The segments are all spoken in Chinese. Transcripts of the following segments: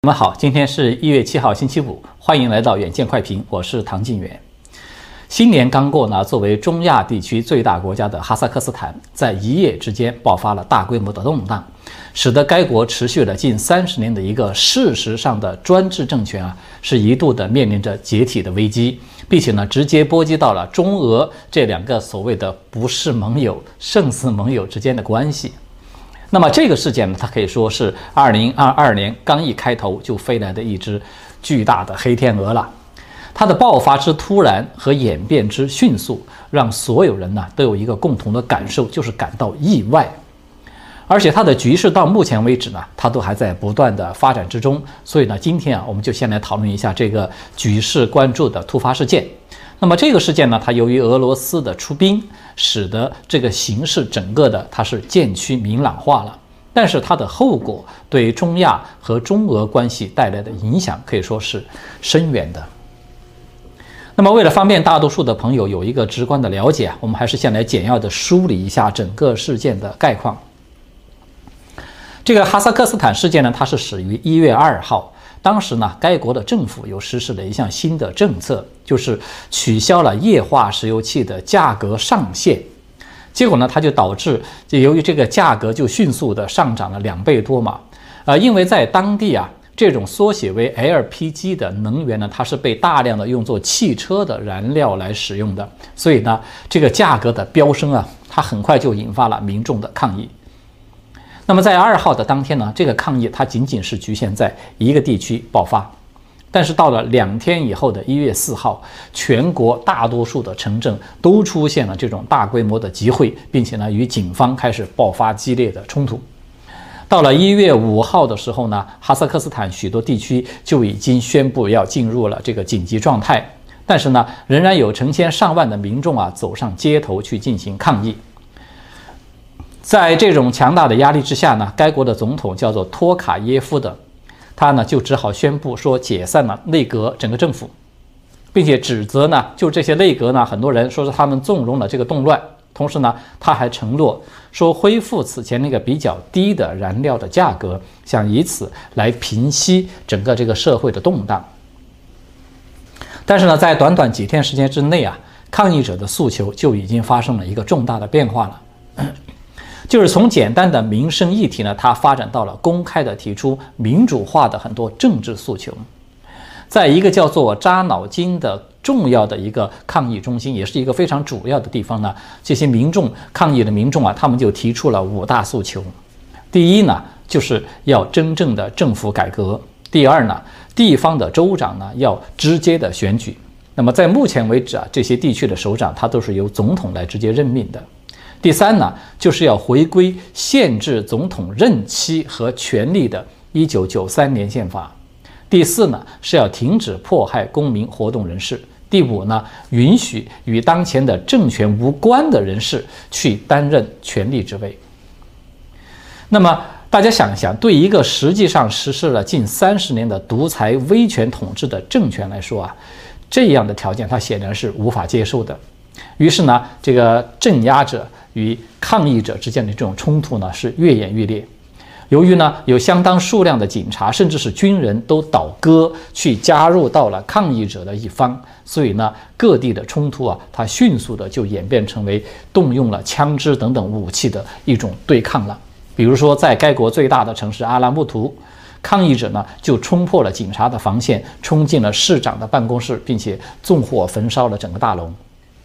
你们好，今天是1月7号星期五，欢迎来到远见快评，我是唐晋远。新年刚过呢，作为中亚地区最大国家的哈萨克斯坦，在一夜之间爆发了大规模的动荡，使得该国持续了近30年的一个事实上的专制政权是一度的面临着解体的危机，并且呢，直接波及到了中俄这两个所谓的不是盟友、胜似盟友之间的关系。那么这个事件呢，它可以说是2022年刚一开头就飞来的一只巨大的黑天鹅了。它的爆发之突然和演变之迅速，让所有人呢都有一个共同的感受，就是感到意外。而且它的局势到目前为止呢，它都还在不断的发展之中。所以呢，今天我们就先来讨论一下这个举世关注的突发事件。那么这个事件呢，它由于俄罗斯的出兵，使得这个形势整个的它是渐趋明朗化了。但是它的后果对中亚和中俄关系带来的影响可以说是深远的。那么为了方便大多数的朋友有一个直观的了解，我们还是先来简要的梳理一下整个事件的概况。这个哈萨克斯坦事件呢，它是始于1月2号。当时呢，该国的政府又实施了一项新的政策，就是取消了液化石油气的价格上限。结果呢，它就导致由于这个价格就迅速的上涨了2倍多嘛。因为在当地这种缩写为 LPG 的能源呢，它是被大量的用作汽车的燃料来使用的，所以呢，这个价格的飙升它很快就引发了民众的抗议。那么在2号的当天呢，这个抗议它仅仅是局限在一个地区爆发，但是到了2天以后的1月4号，全国大多数的城镇都出现了这种大规模的集会，并且呢与警方开始爆发激烈的冲突。到了1月5号的时候呢，哈萨克斯坦许多地区就已经宣布要进入了这个紧急状态，但是呢，仍然有成千上万的民众走上街头去进行抗议。在这种强大的压力之下呢，该国的总统叫做托卡耶夫的，他呢就只好宣布说解散了内阁整个政府，并且指责呢就这些内阁呢，很多人说是他们纵容了这个动乱。同时呢，他还承诺说恢复此前那个比较低的燃料的价格，想以此来平息整个这个社会的动荡。但是呢，在短短几天时间之内抗议者的诉求就已经发生了一个重大的变化了。就是从简单的民生议题呢，它发展到了公开的提出民主化的很多政治诉求。在一个叫做扎脑金的重要的一个抗议中心，也是一个非常主要的地方呢，这些抗议的民众他们就提出了5大诉求。第一呢，就是要真正的政府改革；第二呢，地方的州长呢要直接的选举。那么在目前为止这些地区的首长他都是由总统来直接任命的。第三呢，就是要回归限制总统任期和权力的1993年宪法。第四呢，是要停止迫害公民活动人士。第5呢，允许与当前的政权无关的人士去担任权力职位。那么大家想一想，对一个实际上实施了近30年的独裁威权统治的政权来说这样的条件它显然是无法接受的。于是呢，这个镇压者与抗议者之间的这种冲突呢是越演越烈。由于呢有相当数量的警察甚至是军人都倒戈去加入到了抗议者的一方，所以呢各地的冲突它迅速的就演变成为动用了枪支等等武器的一种对抗了。比如说在该国最大的城市阿拉木图，抗议者呢就冲破了警察的防线，冲进了市长的办公室，并且纵火焚烧了整个大楼。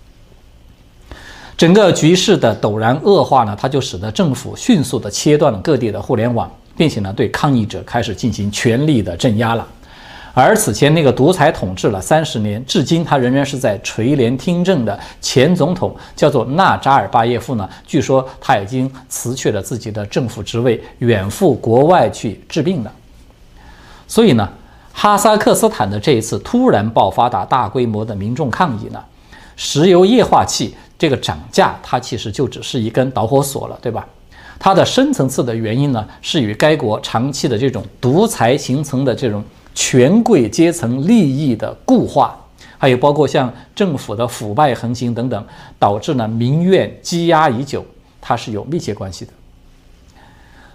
整个局势的陡然恶化呢，它就使得政府迅速地切断了各地的互联网，并且呢对抗议者开始进行全力的镇压了。而此前那个独裁统治了30年，至今他仍然是在垂帘听政的前总统叫做纳扎尔巴耶夫呢，据说他已经辞去了自己的政府职位，远赴国外去治病了。所以呢，哈萨克斯坦的这一次突然爆发的大规模的民众抗议呢，石油液化气这个涨价，它其实就只是一根导火索了，对吧？它的深层次的原因呢，是与该国长期的这种独裁形成的这种权贵阶层利益的固化，还有包括像政府的腐败横行等等，导致呢民怨积压已久，它是有密切关系的。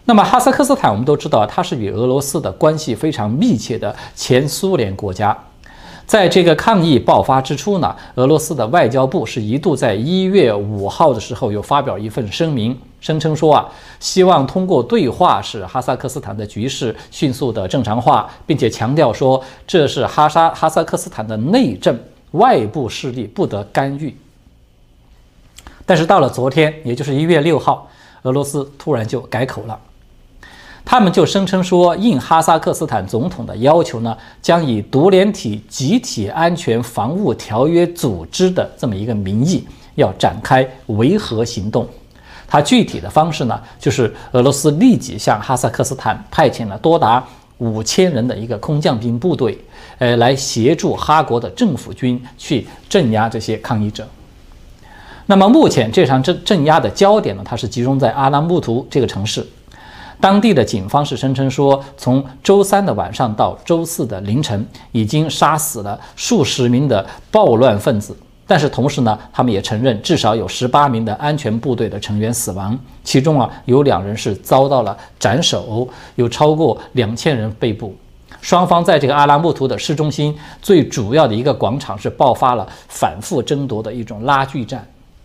那么哈萨克斯坦我们都知道，它是与俄罗斯的关系非常密切的前苏联国家。在这个抗议爆发之初呢，俄罗斯的外交部是一度在1月5号的时候有发表一份声明，声称说希望通过对话使哈萨克斯坦的局势迅速的正常化，并且强调说这是哈萨克斯坦的内政，外部势力不得干预。但是到了昨天，也就是1月6号，俄罗斯突然就改口了。他们就声称说，应哈萨克斯坦总统的要求呢，将以独联体集体安全防务条约组织的这么一个名义，要展开维和行动。它具体的方式呢，就是俄罗斯立即向哈萨克斯坦派遣了多达5000人的一个空降兵部队，来协助哈国的政府军去镇压这些抗议者。那么目前这场镇压的焦点呢，它是集中在阿拉木图这个城市。当地的警方是声称说，从周3的晚上到周4的凌晨，已经杀死了数十名的暴乱分子。但是同时呢，他们也承认至少有18名的安全部队的成员死亡，其中有2人是遭到了斩首，有超过2000人被捕。双方在这个阿拉木图的市中心最主要的一个广场是爆发了反复争夺的一种拉锯战。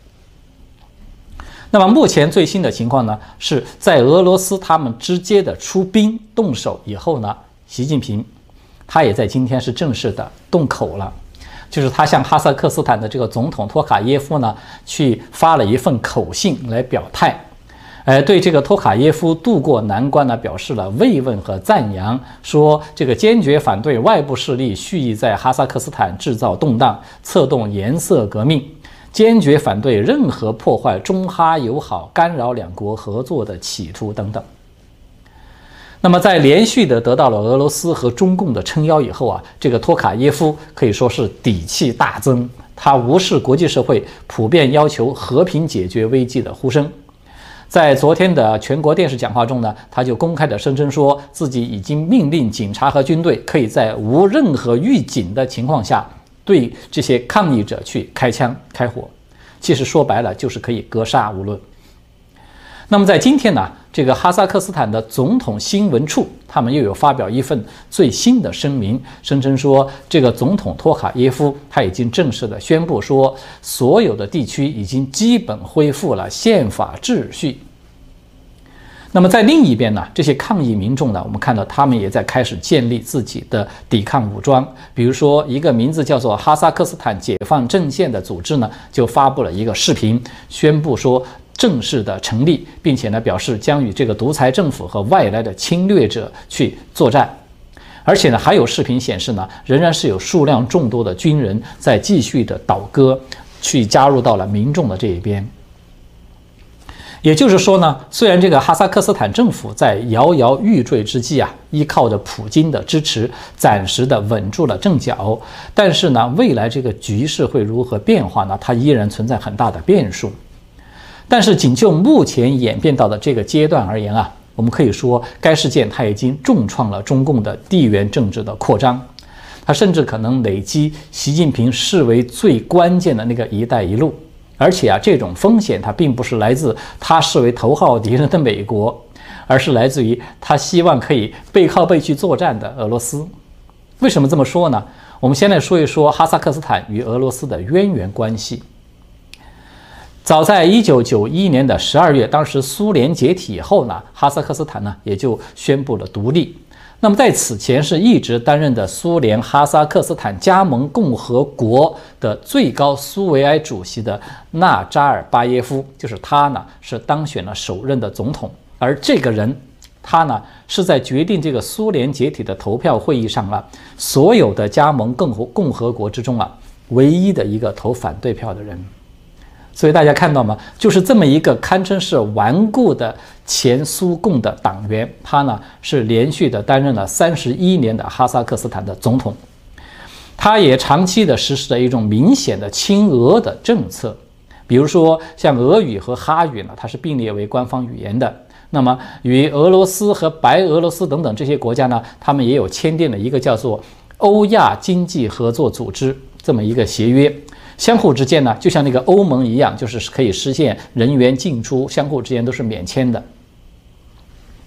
那么目前最新的情况呢，是在俄罗斯他们直接的出兵动手以后呢，习近平他也在今天是正式的动口了，就是他向哈萨克斯坦的这个总统托卡耶夫呢去发了一份口信来表态，对这个托卡耶夫渡过难关呢表示了慰问和赞扬，说这个坚决反对外部势力蓄意在哈萨克斯坦制造动荡，策动颜色革命。坚决反对任何破坏中哈友好、干扰两国合作的企图等等。那么，在连续的得到了俄罗斯和中共的撑腰以后这个托卡耶夫可以说是底气大增，他无视国际社会普遍要求和平解决危机的呼声。在昨天的全国电视讲话中呢，他就公开的声称说自己已经命令警察和军队可以在无任何预警的情况下对这些抗议者去开枪开火，其实说白了就是可以格杀勿论。那么在今天呢，这个哈萨克斯坦的总统新闻处他们又有发表一份最新的声明，声称说这个总统托卡耶夫他已经正式的宣布说，所有的地区已经基本恢复了宪法秩序。那么在另一边呢，这些抗议民众呢，我们看到他们也在开始建立自己的抵抗武装。比如说，一个名字叫做哈萨克斯坦解放阵线的组织呢，就发布了一个视频，宣布说正式的成立，并且呢表示将与这个独裁政府和外来的侵略者去作战。而且呢，还有视频显示呢，仍然是有数量众多的军人在继续的倒戈，去加入到了民众的这一边。也就是说呢，虽然这个哈萨克斯坦政府在摇摇欲坠之际依靠着普京的支持，暂时的稳住了阵脚，但是呢，未来这个局势会如何变化呢？它依然存在很大的变数。但是仅就目前演变到的这个阶段而言我们可以说，该事件它已经重创了中共的地缘政治的扩张，它甚至可能累积习近平视为最关键的那个“一带一路”。而且这种风险它并不是来自他视为头号敌人的美国，而是来自于他希望可以背靠背去作战的俄罗斯。为什么这么说呢？我们先来说一说哈萨克斯坦与俄罗斯的渊源关系。早在1991年的12月，当时苏联解体以后呢，哈萨克斯坦呢也就宣布了独立。那么在此前是一直担任的苏联哈萨克斯坦加盟共和国的最高苏维埃主席的纳扎尔巴耶夫，就是他呢是当选了首任的总统。而这个人他呢是在决定这个苏联解体的投票会议上所有的加盟共和国之中唯一的一个投反对票的人。所以大家看到吗？就是这么一个堪称是顽固的前苏共的党员，他呢是连续的担任了31年的哈萨克斯坦的总统。他也长期的实施了一种明显的亲俄的政策，比如说像俄语和哈语呢，它是并列为官方语言的。那么与俄罗斯和白俄罗斯等等这些国家呢，他们也有签订了一个叫做欧亚经济合作组织这么一个协约。相互之间呢，就像那个欧盟一样，就是可以实现人员进出，相互之间都是免签的。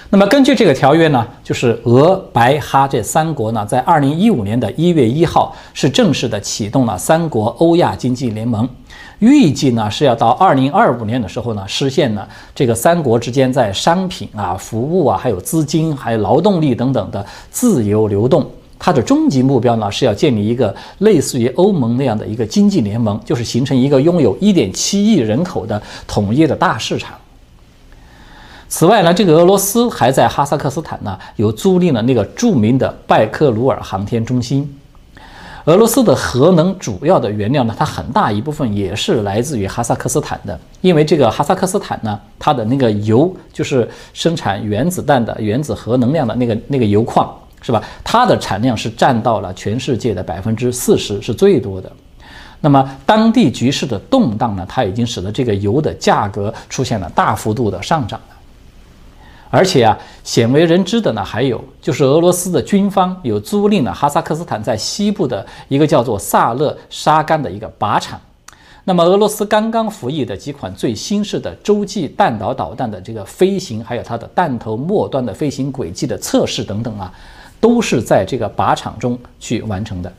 那么根据这个条约呢，就是俄、白、哈这3国呢，在2015年的1月1号是正式的启动了3国欧亚经济联盟，预计呢是要到2025年的时候呢，实现呢这个3国之间在商品啊、服务啊、还有资金、还有劳动力等等的自由流动。它的终极目标呢是要建立一个类似于欧盟那样的一个经济联盟，就是形成一个拥有1.7亿人口的统一的大市场。此外呢，这个俄罗斯还在哈萨克斯坦呢有租赁了那个著名的拜克鲁尔航天中心。俄罗斯的核能主要的原料呢，它很大一部分也是来自于哈萨克斯坦的，因为这个哈萨克斯坦呢，它的那个铀就是生产原子弹的原子核能量的那个铀矿，是吧？它的产量是占到了全世界的40%，是最多的。那么当地局势的动荡呢，它已经使得这个铀的价格出现了大幅度的上涨了。而且啊，鲜为人知的呢，还有就是俄罗斯的军方有租赁了哈萨克斯坦在西部的一个叫做萨勒沙干的一个靶场。那么俄罗斯刚刚服役的几款最新式的洲际弹道导弹的这个飞行，还有它的弹头末端的飞行轨迹的测试等等啊，都是在这个靶场中去完成的。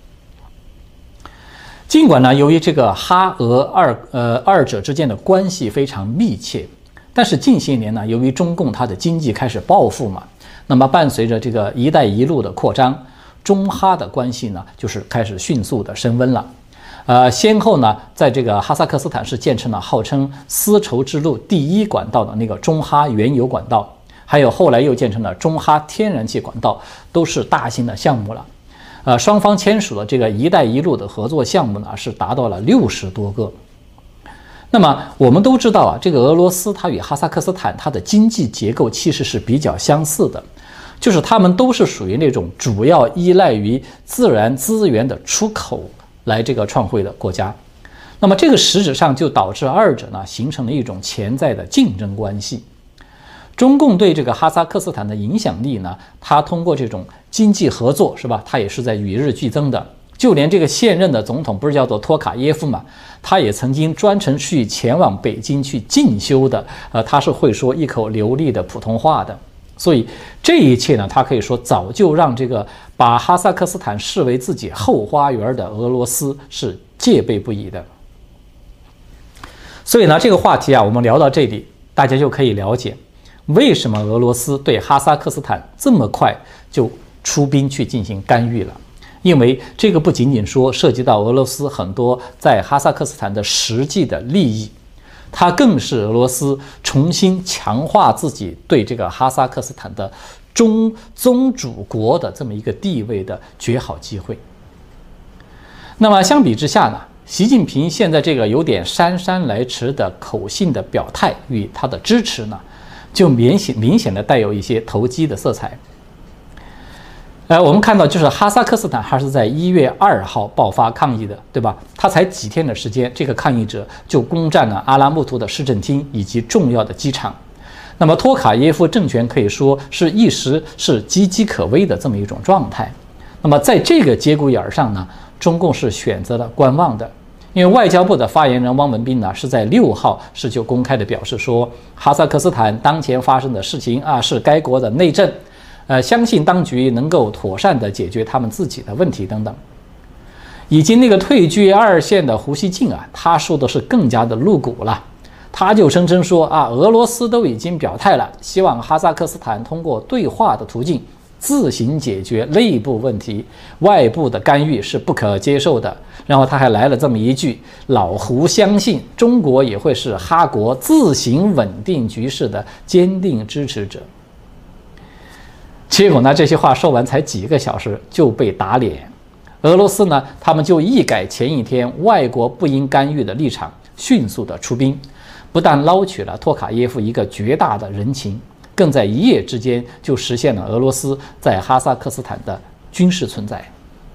尽管呢，由于这个哈俄二者之间的关系非常密切，但是近些年呢，由于中共它的经济开始暴富嘛，那么伴随着这个“一带一路”的扩张，中哈的关系呢，就是开始迅速的升温了。先后呢，在这个哈萨克斯坦是建成了号称丝绸之路第1管道的那个中哈原油管道，还有后来又建成了中哈天然气管道，都是大型的项目了。双方签署了这个“一带一路”的合作项目呢，是达到了60多个。那么我们都知道啊，这个俄罗斯它与哈萨克斯坦它的经济结构其实是比较相似的，就是它们都是属于那种主要依赖于自然资源的出口来这个创汇的国家。那么这个实质上就导致二者呢形成了一种潜在的竞争关系。中共对这个哈萨克斯坦的影响力呢，它通过这种经济合作是吧，它也是在与日俱增的。就连这个现任的总统不是叫做托卡耶夫嘛，他也曾经专程去前往北京去进修的，他是会说一口流利的普通话的。所以这一切呢，他可以说早就让这个把哈萨克斯坦视为自己后花园的俄罗斯是戒备不已的。所以呢，这个话题啊，我们聊到这里，大家就可以了解为什么俄罗斯对哈萨克斯坦这么快就出兵去进行干预了。因为这个不仅仅说涉及到俄罗斯很多在哈萨克斯坦的实际的利益，它更是俄罗斯重新强化自己对这个哈萨克斯坦的宗主国的这么一个地位的绝好机会。那么相比之下呢，习近平现在这个有点姗姗来迟的口信的表态与他的支持呢，就明显的带有一些投机的色彩。我们看到，就是哈萨克斯坦还是在1月2号爆发抗议的，对吧？他才几天的时间，这个抗议者就攻占了阿拉木图的市政厅以及重要的机场。那么托卡耶夫政权可以说是一时是岌岌可危的这么一种状态。那么在这个节骨眼上呢，中共是选择了观望的，因为外交部的发言人汪文斌呢是在6号就公开的表示说，哈萨克斯坦当前发生的事情啊是该国的内政。相信当局能够妥善地解决他们自己的问题等等。以及那个退居2线的胡锡进啊，他说的是更加的露骨了，他就声称说啊，俄罗斯都已经表态了，希望哈萨克斯坦通过对话的途径自行解决内部问题，外部的干预是不可接受的。然后他还来了这么一句，老胡相信中国也会是哈国自行稳定局势的坚定支持者。结果呢，这些话说完才几个小时就被打脸。俄罗斯呢，他们就一改前一天外国不应干预的立场，迅速的出兵，不但捞取了托卡耶夫一个绝大的人情，更在一夜之间就实现了俄罗斯在哈萨克斯坦的军事存在。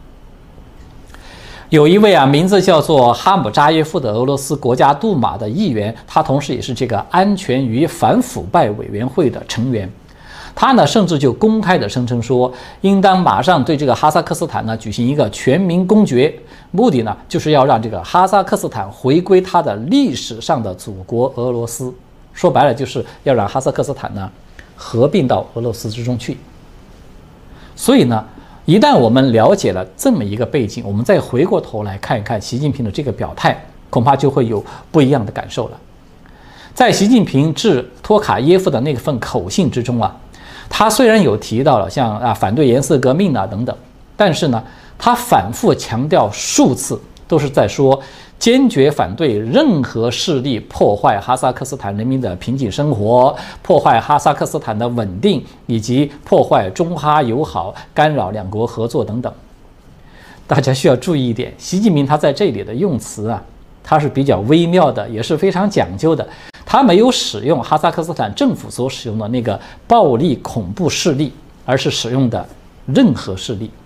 有一位啊，名字叫做哈姆扎耶夫的俄罗斯国家杜马的议员，他同时也是这个安全与反腐败委员会的成员。他呢，甚至就公开的声称说，应当马上对这个哈萨克斯坦呢举行一个全民公决，目的呢就是要让这个哈萨克斯坦回归它的历史上的祖国俄罗斯。说白了，就是要让哈萨克斯坦呢合并到俄罗斯之中去。所以呢，一旦我们了解了这么一个背景，我们再回过头来看一看习近平的这个表态，恐怕就会有不一样的感受了。在习近平致托卡耶夫的那份口信之中啊，他虽然有提到了像反对颜色革命等等，但是呢，他反复强调数次，都是在说坚决反对任何势力破坏哈萨克斯坦人民的平静生活，破坏哈萨克斯坦的稳定，以及破坏中哈友好，干扰两国合作等等。大家需要注意一点，习近平他在这里的用词啊，他是比较微妙的，也是非常讲究的。他没有使用哈萨克斯坦政府所使用的那个暴力恐怖势力，而是使用的任何势力。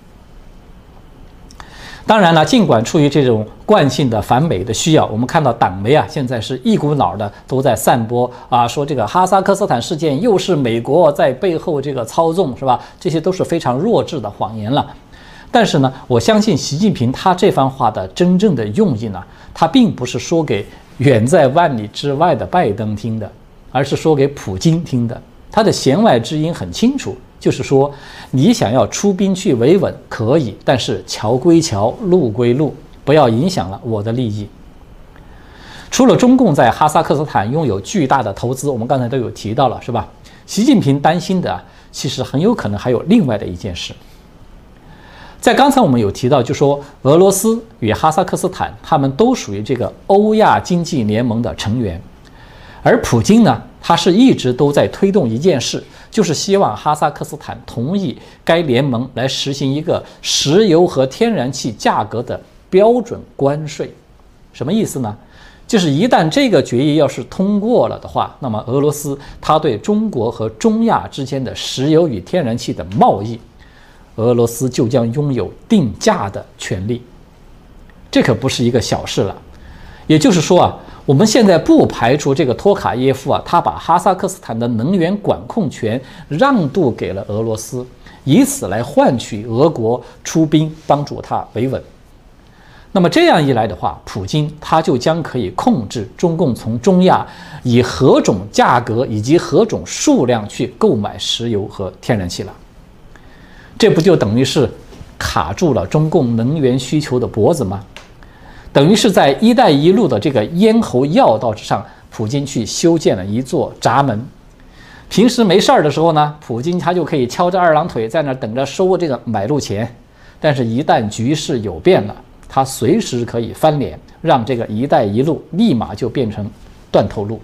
当然了，尽管出于这种惯性的反美的需要，我们看到党媒现在是一股脑的都在散播说这个哈萨克斯坦事件又是美国在背后这个操纵，是吧？这些都是非常弱智的谎言了。但是呢，我相信习近平他这番话的真正的用意呢，他并不是说给远在万里之外的拜登听的，而是说给普京听的。他的弦外之音很清楚，就是说你想要出兵去维稳可以，但是桥归桥，路归路，不要影响了我的利益。除了中共在哈萨克斯坦拥有巨大的投资，我们刚才都有提到了，是吧？习近平担心的其实很有可能还有另外的一件事。在刚才我们有提到，就说俄罗斯与哈萨克斯坦他们都属于这个欧亚经济联盟的成员，而普京呢，他是一直都在推动一件事，就是希望哈萨克斯坦同意该联盟来实行一个石油和天然气价格的标准关税。什么意思呢？就是一旦这个决议要是通过了的话，那么俄罗斯它对中国和中亚之间的石油与天然气的贸易，俄罗斯就将拥有定价的权利。这可不是一个小事了。也就是说我们现在不排除这个托卡耶夫他把哈萨克斯坦的能源管控权让渡给了俄罗斯，以此来换取俄国出兵帮助他维稳。那么这样一来的话，普京他就将可以控制中共从中亚以何种价格以及何种数量去购买石油和天然气了。这不就等于是卡住了中共能源需求的脖子吗？等于是在一带一路的这个咽喉要道之上，普京去修建了一座闸门。平时没事儿的时候呢，普京他就可以敲着二郎腿在那等着收这个买路钱，但是一旦局势有变了，他随时可以翻脸，让这个一带一路立马就变成断头路。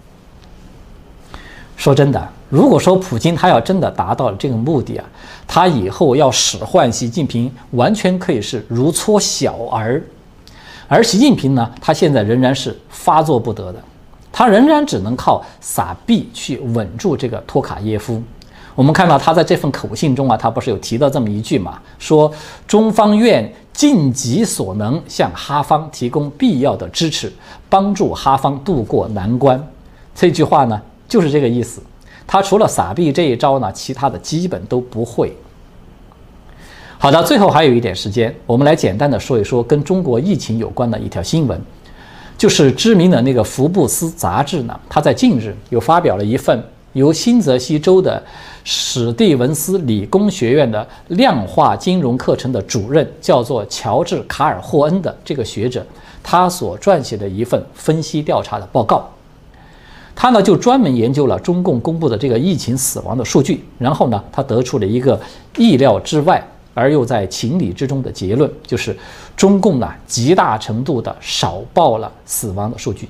说真的，如果说普京他要真的达到了这个目的他以后要使唤习近平完全可以是如搓小儿。而习近平呢，他现在仍然是发作不得的，他仍然只能靠撒币去稳住这个托卡耶夫。我们看到他在这份口信中他不是有提到这么一句嘛，说中方愿尽己所能向哈方提供必要的支持，帮助哈方渡过难关。这句话呢就是这个意思。他除了撒币这一招呢，其他的基本都不会。好的，最后还有一点时间，我们来简单的说一说跟中国疫情有关的一条新闻，就是知名的那个福布斯杂志呢，它在近日又发表了一份由新泽西州的史蒂文斯理工学院的量化金融课程的主任，叫做乔治·卡尔霍恩的这个学者，他所撰写的一份分析调查的报告。他呢就专门研究了中共公布的这个疫情死亡的数据，然后呢他得出了一个意料之外而又在情理之中的结论，就是中共呢极大程度的少报了死亡的数据。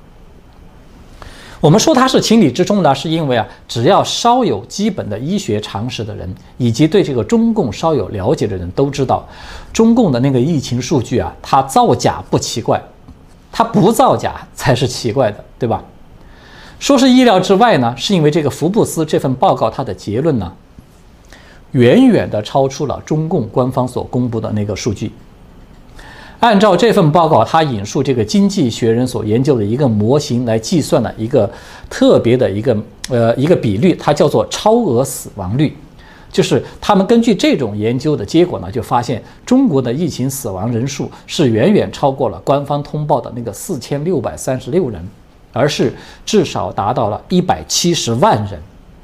我们说它是情理之中呢，是因为只要稍有基本的医学常识的人，以及对这个中共稍有了解的人都知道，中共的那个疫情数据它造假不奇怪，它不造假才是奇怪的，对吧？说是意料之外呢，是因为这个福布斯这份报告它的结论呢，远远的超出了中共官方所公布的那个数据。按照这份报告，它引述这个经济学人所研究的一个模型来计算的一个特别的一个比率，它叫做超额死亡率。就是他们根据这种研究的结果呢，就发现中国的疫情死亡人数是远远超过了官方通报的那个4636人，而是至少达到了170万人。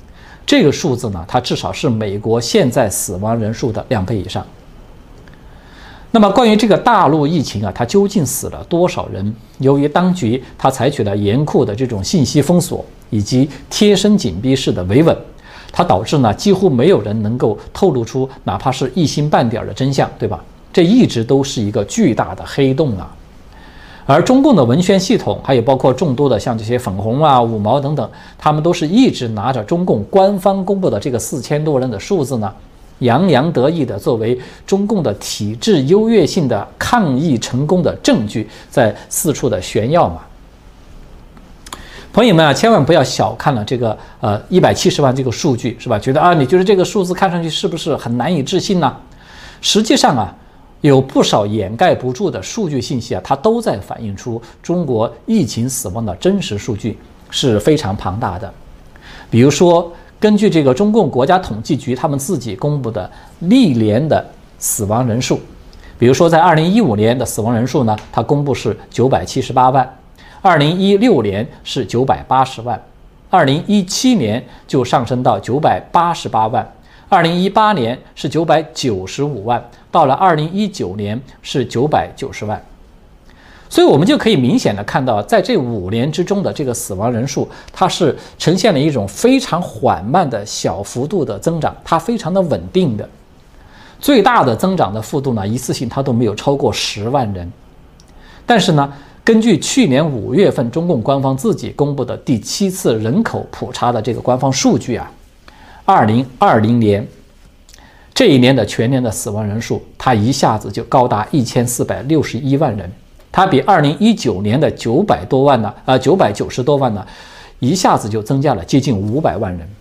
这个数字呢，它至少是美国现在死亡人数的2倍以上。那么关于这个大陆疫情啊，它究竟死了多少人？由于当局它采取了严酷的这种信息封锁以及贴身紧逼式的维稳，它导致呢几乎没有人能够透露出哪怕是一星半点的真相，对吧？这一直都是一个巨大的黑洞啊。而中共的文宣系统，还有包括众多的像这些粉红啊、五毛等等，他们都是一直拿着中共官方公布的这个4000多人的数字呢，洋洋得意的作为中共的体制优越性的抗疫成功的证据，在四处的炫耀嘛。朋友们啊，千万不要小看了这个170万这个数据，是吧？觉得啊，你觉得这个数字看上去是不是很难以置信呢？实际上啊，有不少掩盖不住的数据信息啊，它都在反映出中国疫情死亡的真实数据是非常庞大的。比如说，根据这个中共国家统计局他们自己公布的历年的死亡人数，比如说在2015年的死亡人数呢，它公布是978万，2016年是980万，2017年就上升到988万，2018年是995万，到了2019年是990万。所以我们就可以明显的看到，在这5年之中的这个死亡人数，它是呈现了一种非常缓慢的小幅度的增长，它非常的稳定的。最大的增长的幅度呢，一次性它都没有超过10万人。但是呢，根据去年5月份中共官方自己公布的第7次人口普查的这个官方数据啊，2020年这一年的全年的死亡人数，它一下子就高达1461万人。它比2019年的990多万呢，一下子就增加了接近500万人。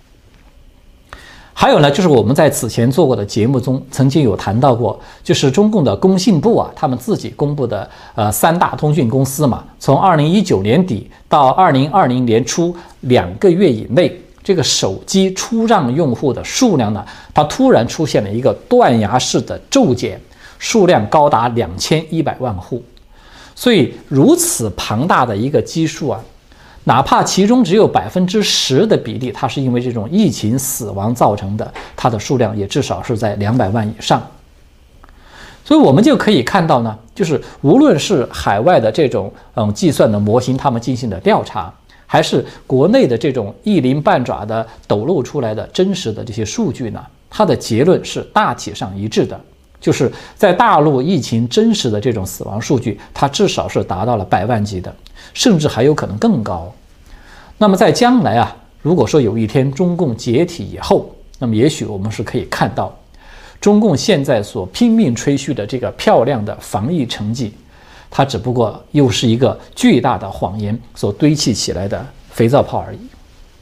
还有呢，就是我们在此前做过的节目中曾经有谈到过，就是中共的工信部啊，他们自己公布的3大通讯公司嘛，从2019年底到2020年初2个月以内，这个手机出让用户的数量呢，它突然出现了一个断崖式的骤减，数量高达2100万户。所以如此庞大的一个基数啊，哪怕其中只有10%的比例，它是因为这种疫情死亡造成的，它的数量也至少是在200万以上。所以我们就可以看到呢，就是无论是海外的这种计算的模型，他们进行的调查，还是国内的这种一鳞半爪的抖露出来的真实的这些数据呢，它的结论是大体上一致的。就是在大陆疫情真实的这种死亡数据，它至少是达到了100万级的，甚至还有可能更高。那么在将来啊，如果说有一天中共解体以后，那么也许我们是可以看到，中共现在所拼命吹嘘的这个漂亮的防疫成绩，它只不过又是一个巨大的谎言所堆砌起来的肥皂泡而已。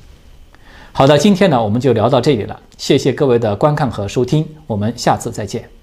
好的，今天呢我们就聊到这里了，谢谢各位的观看和收听，我们下次再见。